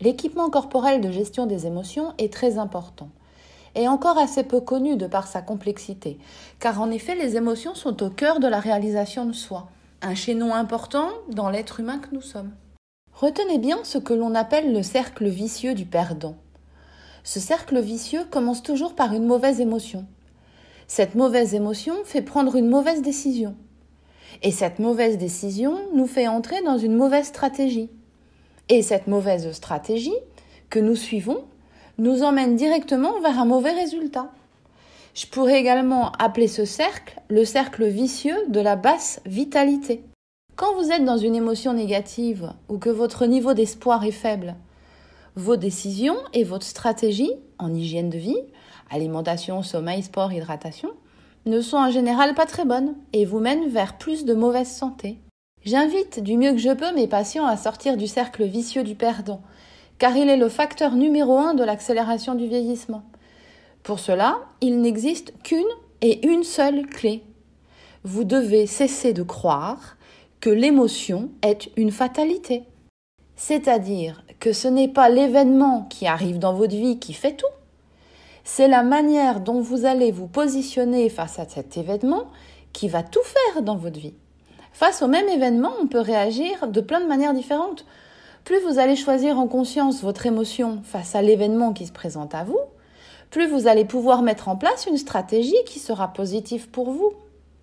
L'équipement corporel de gestion des émotions est très important et encore assez peu connu de par sa complexité, car en effet les émotions sont au cœur de la réalisation de soi, un chaînon important dans l'être humain que nous sommes. Retenez bien ce que l'on appelle le cercle vicieux du perdant. Ce cercle vicieux commence toujours par une mauvaise émotion. Cette mauvaise émotion fait prendre une mauvaise décision. Et cette mauvaise décision nous fait entrer dans une mauvaise stratégie. Et cette mauvaise stratégie que nous suivons nous emmène directement vers un mauvais résultat. Je pourrais également appeler ce cercle le cercle vicieux de la basse vitalité. Quand vous êtes dans une émotion négative ou que votre niveau d'espoir est faible, vos décisions et votre stratégie en hygiène de vie, alimentation, sommeil, sport, hydratation, ne sont en général pas très bonnes et vous mènent vers plus de mauvaise santé. J'invite du mieux que je peux mes patients à sortir du cercle vicieux du perdant, car il est le facteur numéro 1 de l'accélération du vieillissement. Pour cela, il n'existe qu'une et une seule clé. Vous devez cesser de croire que l'émotion est une fatalité. C'est-à-dire que ce n'est pas l'événement qui arrive dans votre vie qui fait tout. C'est la manière dont vous allez vous positionner face à cet événement qui va tout faire dans votre vie. Face au même événement, on peut réagir de plein de manières différentes. Plus vous allez choisir en conscience votre émotion face à l'événement qui se présente à vous, plus vous allez pouvoir mettre en place une stratégie qui sera positive pour vous.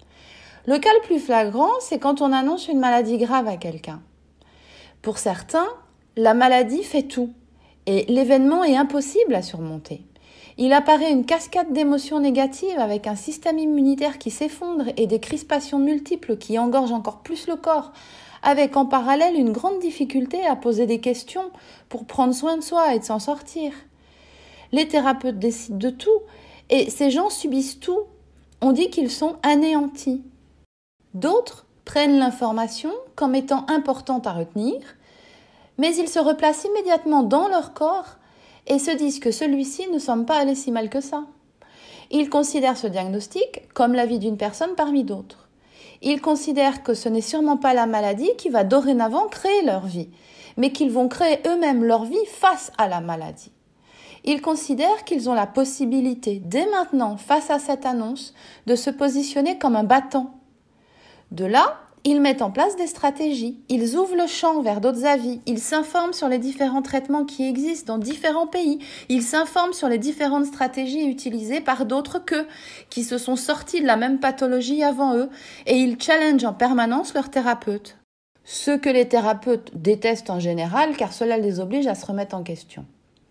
Le cas le plus flagrant, c'est quand on annonce une maladie grave à quelqu'un. Pour certains, la maladie fait tout et l'événement est impossible à surmonter. Il apparaît une cascade d'émotions négatives avec un système immunitaire qui s'effondre et des crispations multiples qui engorgent encore plus le corps, avec en parallèle une grande difficulté à poser des questions pour prendre soin de soi et de s'en sortir. Les thérapeutes décident de tout et ces gens subissent tout. On dit qu'ils sont anéantis. D'autres prennent l'information comme étant importante à retenir, mais ils se replacent immédiatement dans leur corps et se disent que celui-ci ne semble pas aller si mal que ça. Ils considèrent ce diagnostic comme la vie d'une personne parmi d'autres. Ils considèrent que ce n'est sûrement pas la maladie qui va dorénavant créer leur vie, mais qu'ils vont créer eux-mêmes leur vie face à la maladie. Ils considèrent qu'ils ont la possibilité, dès maintenant, face à cette annonce, de se positionner comme un battant. De là, ils mettent en place des stratégies, ils ouvrent le champ vers d'autres avis, ils s'informent sur les différents traitements qui existent dans différents pays, ils s'informent sur les différentes stratégies utilisées par d'autres qu'eux, qui se sont sortis de la même pathologie avant eux, et ils challengent en permanence leurs thérapeutes. Ce que les thérapeutes détestent en général, car cela les oblige à se remettre en question.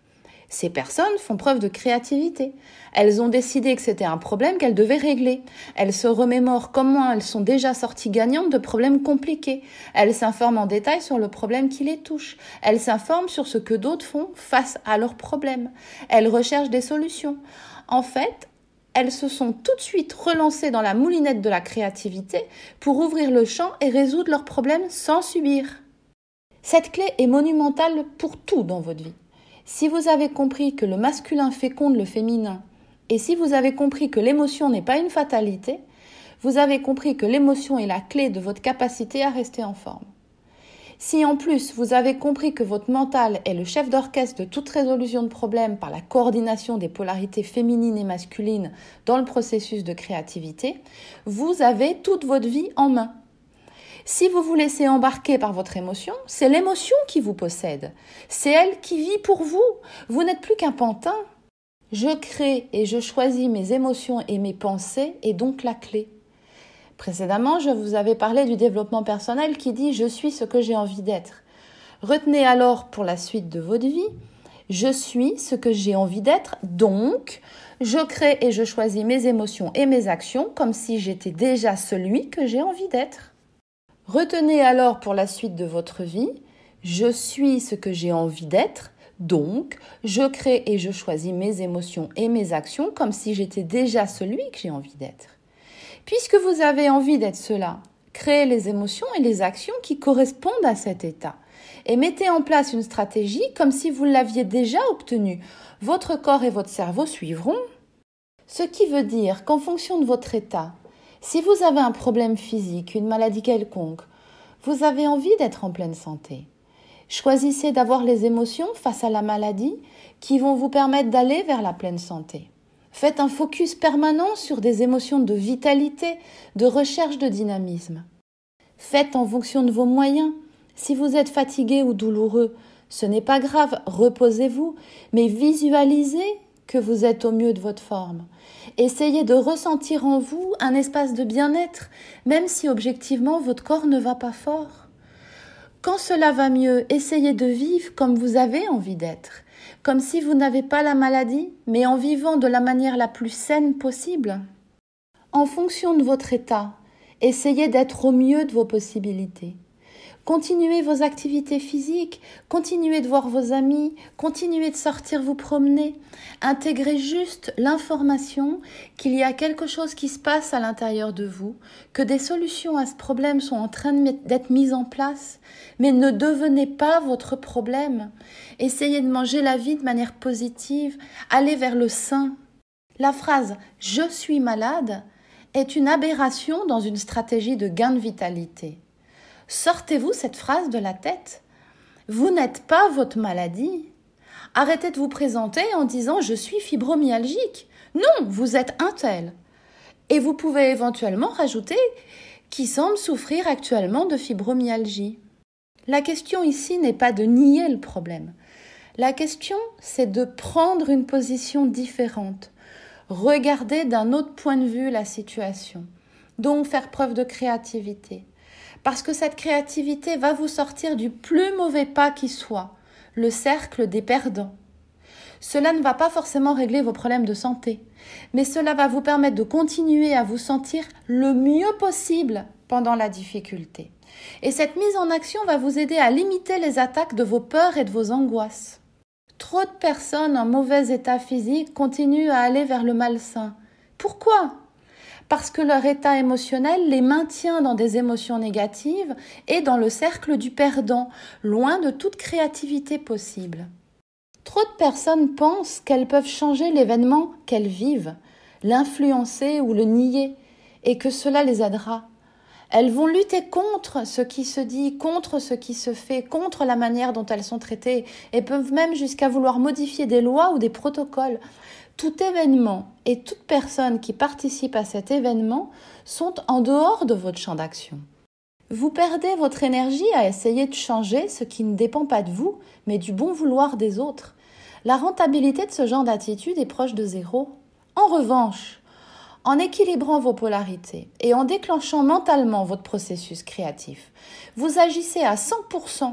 Ces personnes font preuve de créativité. Elles ont décidé que c'était un problème qu'elles devaient régler. Elles se remémorent comment elles sont déjà sorties gagnantes de problèmes compliqués. Elles s'informent en détail sur le problème qui les touche. Elles s'informent sur ce que d'autres font face à leurs problèmes. Elles recherchent des solutions. En fait, elles se sont tout de suite relancées dans la moulinette de la créativité pour ouvrir le champ et résoudre leurs problèmes sans subir. Cette clé est monumentale pour tout dans votre vie. Si vous avez compris que le masculin féconde le féminin, et si vous avez compris que l'émotion n'est pas une fatalité, vous avez compris que l'émotion est la clé de votre capacité à rester en forme. Si en plus vous avez compris que votre mental est le chef d'orchestre de toute résolution de problème par la coordination des polarités féminines et masculines dans le processus de créativité, vous avez toute votre vie en main. Si vous vous laissez embarquer par votre émotion, c'est l'émotion qui vous possède. C'est elle qui vit pour vous. Vous n'êtes plus qu'un pantin. Je crée et je choisis mes émotions et mes pensées est donc la clé. Précédemment, je vous avais parlé du développement personnel qui dit « je suis ce que j'ai envie d'être ». Retenez alors pour la suite de votre vie « je suis ce que j'ai envie d'être, donc je crée et je choisis mes émotions et mes actions comme si j'étais déjà celui que j'ai envie d'être ». Retenez alors pour la suite de votre vie, je suis ce que j'ai envie d'être, donc je crée et je choisis mes émotions et mes actions comme si j'étais déjà celui que j'ai envie d'être. Puisque vous avez envie d'être cela, créez les émotions et les actions qui correspondent à cet état et mettez en place une stratégie comme si vous l'aviez déjà obtenue. Votre corps et votre cerveau suivront. Ce qui veut dire qu'en fonction de votre état, si vous avez un problème physique, une maladie quelconque, vous avez envie d'être en pleine santé. Choisissez d'avoir les émotions face à la maladie qui vont vous permettre d'aller vers la pleine santé. Faites un focus permanent sur des émotions de vitalité, de recherche de dynamisme. Faites en fonction de vos moyens. Si vous êtes fatigué ou douloureux, ce n'est pas grave, reposez-vous, mais visualisez que vous êtes au mieux de votre forme. Essayez de ressentir en vous un espace de bien-être, même si objectivement votre corps ne va pas fort. Quand cela va mieux, essayez de vivre comme vous avez envie d'être, comme si vous n'avez pas la maladie, mais en vivant de la manière la plus saine possible. En fonction de votre état, essayez d'être au mieux de vos possibilités. Continuez vos activités physiques, continuez de voir vos amis, continuez de sortir vous promener. Intégrez juste l'information qu'il y a quelque chose qui se passe à l'intérieur de vous, que des solutions à ce problème sont en train d'être mises en place, mais ne devenez pas votre problème. Essayez de manger la vie de manière positive, allez vers le sain. La phrase « je suis malade » est une aberration dans une stratégie de gain de vitalité. Sortez-vous cette phrase de la tête. Vous n'êtes pas votre maladie. Arrêtez de vous présenter en disant « je suis fibromyalgique ». Non, vous êtes un tel. Et vous pouvez éventuellement rajouter « qui semble souffrir actuellement de fibromyalgie ». La question ici n'est pas de nier le problème. La question, c'est de prendre une position différente. Regarder d'un autre point de vue la situation. Donc faire preuve de créativité. Parce que cette créativité va vous sortir du plus mauvais pas qui soit, le cercle des perdants. Cela ne va pas forcément régler vos problèmes de santé, mais cela va vous permettre de continuer à vous sentir le mieux possible pendant la difficulté. Et cette mise en action va vous aider à limiter les attaques de vos peurs et de vos angoisses. Trop de personnes en mauvais état physique continuent à aller vers le malsain. Pourquoi ? Parce que leur état émotionnel les maintient dans des émotions négatives et dans le cercle du perdant, loin de toute créativité possible. Trop de personnes pensent qu'elles peuvent changer l'événement qu'elles vivent, l'influencer ou le nier, et que cela les aidera. Elles vont lutter contre ce qui se dit, contre ce qui se fait, contre la manière dont elles sont traitées, et peuvent même jusqu'à vouloir modifier des lois ou des protocoles. Tout événement et toute personne qui participe à cet événement sont en dehors de votre champ d'action. Vous perdez votre énergie à essayer de changer ce qui ne dépend pas de vous, mais du bon vouloir des autres. La rentabilité de ce genre d'attitude est proche de zéro. En revanche, en équilibrant vos polarités et en déclenchant mentalement votre processus créatif, vous agissez à 100%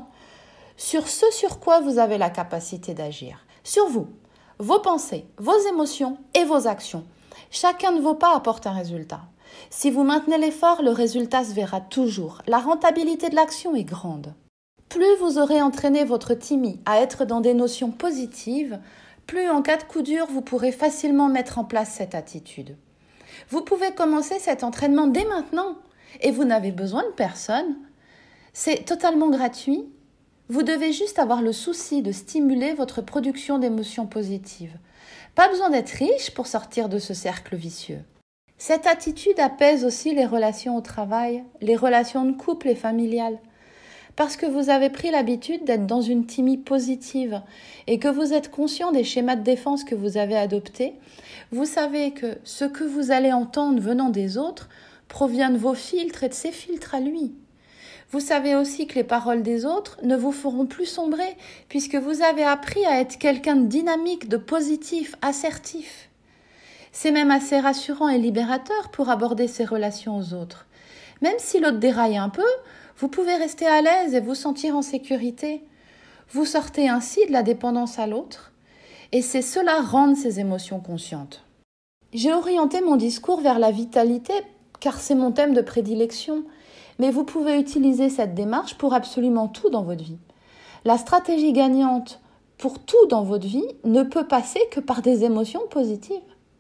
sur ce sur quoi vous avez la capacité d'agir, sur vous. Vos pensées, vos émotions et vos actions. Chacun de vos pas apporte un résultat. Si vous maintenez l'effort, le résultat se verra toujours. La rentabilité de l'action est grande. Plus vous aurez entraîné votre Timmy à être dans des notions positives, plus en cas de coup dur, vous pourrez facilement mettre en place cette attitude. Vous pouvez commencer cet entraînement dès maintenant et vous n'avez besoin de personne. C'est totalement gratuit. Vous devez juste avoir le souci de stimuler votre production d'émotions positives. Pas besoin d'être riche pour sortir de ce cercle vicieux. Cette attitude apaise aussi les relations au travail, les relations de couple et familiales. Parce que vous avez pris l'habitude d'être dans une Timmy positive et que vous êtes conscient des schémas de défense que vous avez adoptés, vous savez que ce que vous allez entendre venant des autres provient de vos filtres et de ses filtres à lui. Vous savez aussi que les paroles des autres ne vous feront plus sombrer puisque vous avez appris à être quelqu'un de dynamique, de positif, assertif. C'est même assez rassurant et libérateur pour aborder ses relations aux autres. Même si l'autre déraille un peu, vous pouvez rester à l'aise et vous sentir en sécurité. Vous sortez ainsi de la dépendance à l'autre et c'est cela rendre ces émotions conscientes. J'ai orienté mon discours vers la vitalité car c'est mon thème de prédilection. Mais vous pouvez utiliser cette démarche pour absolument tout dans votre vie. La stratégie gagnante pour tout dans votre vie ne peut passer que par des émotions positives.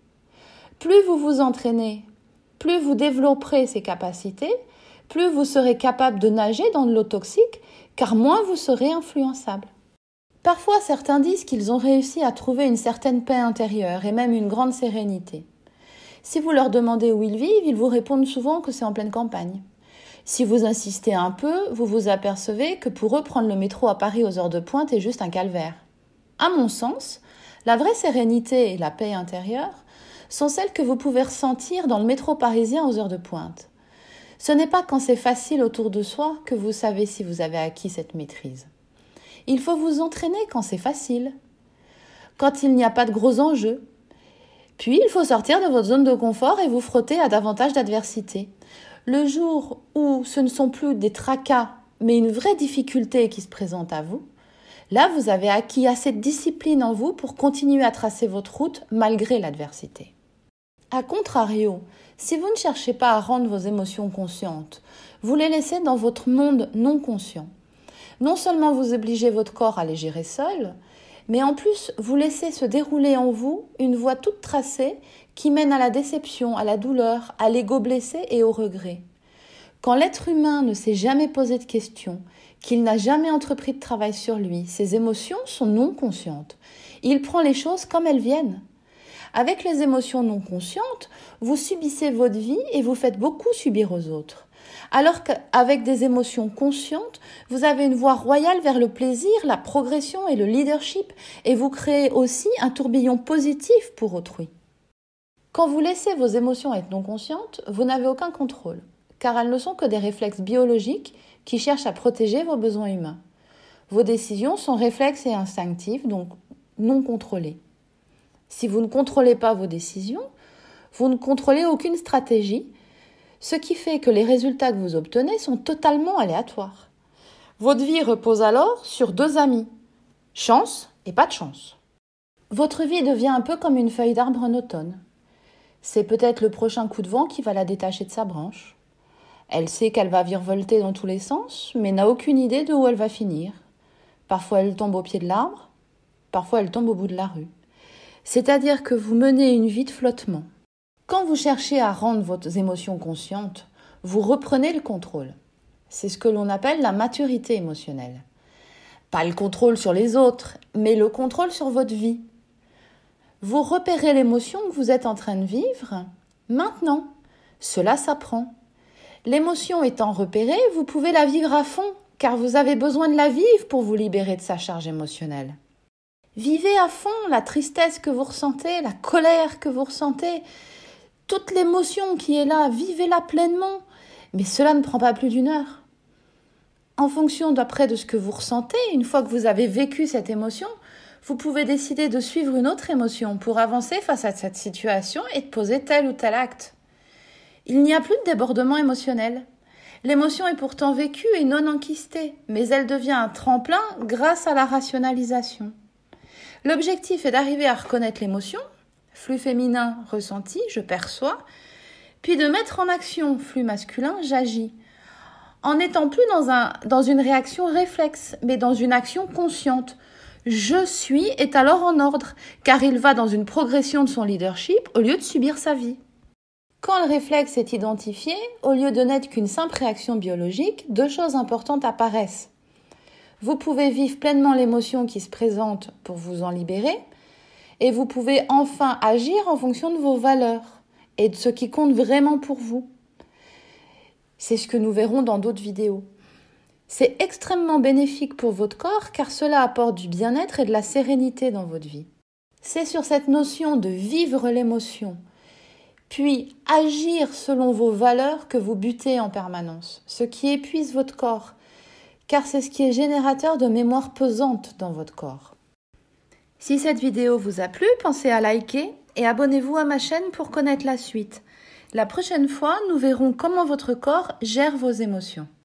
Plus vous vous entraînez, plus vous développerez ces capacités, plus vous serez capable de nager dans de l'eau toxique, car moins vous serez influençable. Parfois, certains disent qu'ils ont réussi à trouver une certaine paix intérieure et même une grande sérénité. Si vous leur demandez où ils vivent, ils vous répondent souvent que c'est en pleine campagne. Si vous insistez un peu, vous vous apercevez que pour eux, prendre le métro à Paris aux heures de pointe est juste un calvaire. À mon sens, la vraie sérénité et la paix intérieure sont celles que vous pouvez ressentir dans le métro parisien aux heures de pointe. Ce n'est pas quand c'est facile autour de soi que vous savez si vous avez acquis cette maîtrise. Il faut vous entraîner quand c'est facile, quand il n'y a pas de gros enjeux. Puis, il faut sortir de votre zone de confort et vous frotter à davantage d'adversité. Le jour où ce ne sont plus des tracas, mais une vraie difficulté qui se présente à vous, là, vous avez acquis assez de discipline en vous pour continuer à tracer votre route malgré l'adversité. A contrario, si vous ne cherchez pas à rendre vos émotions conscientes, vous les laissez dans votre monde non conscient. Non seulement vous obligez votre corps à les gérer seul, mais en plus vous laissez se dérouler en vous une voie toute tracée qui mène à la déception, à la douleur, à l'ego blessé et au regret. Quand l'être humain ne s'est jamais posé de questions, qu'il n'a jamais entrepris de travail sur lui, ses émotions sont non conscientes. Il prend les choses comme elles viennent. Avec les émotions non conscientes, vous subissez votre vie et vous faites beaucoup subir aux autres. Alors qu'avec des émotions conscientes, vous avez une voie royale vers le plaisir, la progression et le leadership, et vous créez aussi un tourbillon positif pour autrui. Quand vous laissez vos émotions être non conscientes, vous n'avez aucun contrôle, car elles ne sont que des réflexes biologiques qui cherchent à protéger vos besoins humains. Vos décisions sont réflexes et instinctives, donc non contrôlées. Si vous ne contrôlez pas vos décisions, vous ne contrôlez aucune stratégie, ce qui fait que les résultats que vous obtenez sont totalement aléatoires. Votre vie repose alors sur deux amis, chance et pas de chance. Votre vie devient un peu comme une feuille d'arbre en automne. C'est peut-être le prochain coup de vent qui va la détacher de sa branche. Elle sait qu'elle va virevolter dans tous les sens, mais n'a aucune idée de où elle va finir. Parfois elle tombe au pied de l'arbre, parfois elle tombe au bout de la rue. C'est-à-dire que vous menez une vie de flottement. Quand vous cherchez à rendre vos émotions conscientes, vous reprenez le contrôle. C'est ce que l'on appelle la maturité émotionnelle. Pas le contrôle sur les autres, mais le contrôle sur votre vie. Vous repérez l'émotion que vous êtes en train de vivre maintenant. Cela s'apprend. L'émotion étant repérée, vous pouvez la vivre à fond, car vous avez besoin de la vivre pour vous libérer de sa charge émotionnelle. Vivez à fond la tristesse que vous ressentez, la colère que vous ressentez, toute l'émotion qui est là, vivez-la pleinement. Mais cela ne prend pas plus d'1 heure. En fonction d'après de ce que vous ressentez, une fois que vous avez vécu cette émotion, vous pouvez décider de suivre une autre émotion pour avancer face à cette situation et de poser tel ou tel acte. Il n'y a plus de débordement émotionnel. L'émotion est pourtant vécue et non enquistée, mais elle devient un tremplin grâce à la rationalisation. L'objectif est d'arriver à reconnaître l'émotion, flux féminin ressenti, je perçois, puis de mettre en action, flux masculin, j'agis, en n'étant plus dans une réaction réflexe, mais dans une action consciente. Je suis est alors en ordre, car il va dans une progression de son leadership au lieu de subir sa vie. Quand le réflexe est identifié, au lieu de n'être qu'une simple réaction biologique, 2 choses importantes apparaissent. Vous pouvez vivre pleinement l'émotion qui se présente pour vous en libérer, et vous pouvez enfin agir en fonction de vos valeurs et de ce qui compte vraiment pour vous. C'est ce que nous verrons dans d'autres vidéos. C'est extrêmement bénéfique pour votre corps car cela apporte du bien-être et de la sérénité dans votre vie. C'est sur cette notion de vivre l'émotion, puis agir selon vos valeurs que vous butez en permanence, ce qui épuise votre corps, car c'est ce qui est générateur de mémoire pesante dans votre corps. Si cette vidéo vous a plu, pensez à liker et abonnez-vous à ma chaîne pour connaître la suite. La prochaine fois, nous verrons comment votre corps gère vos émotions.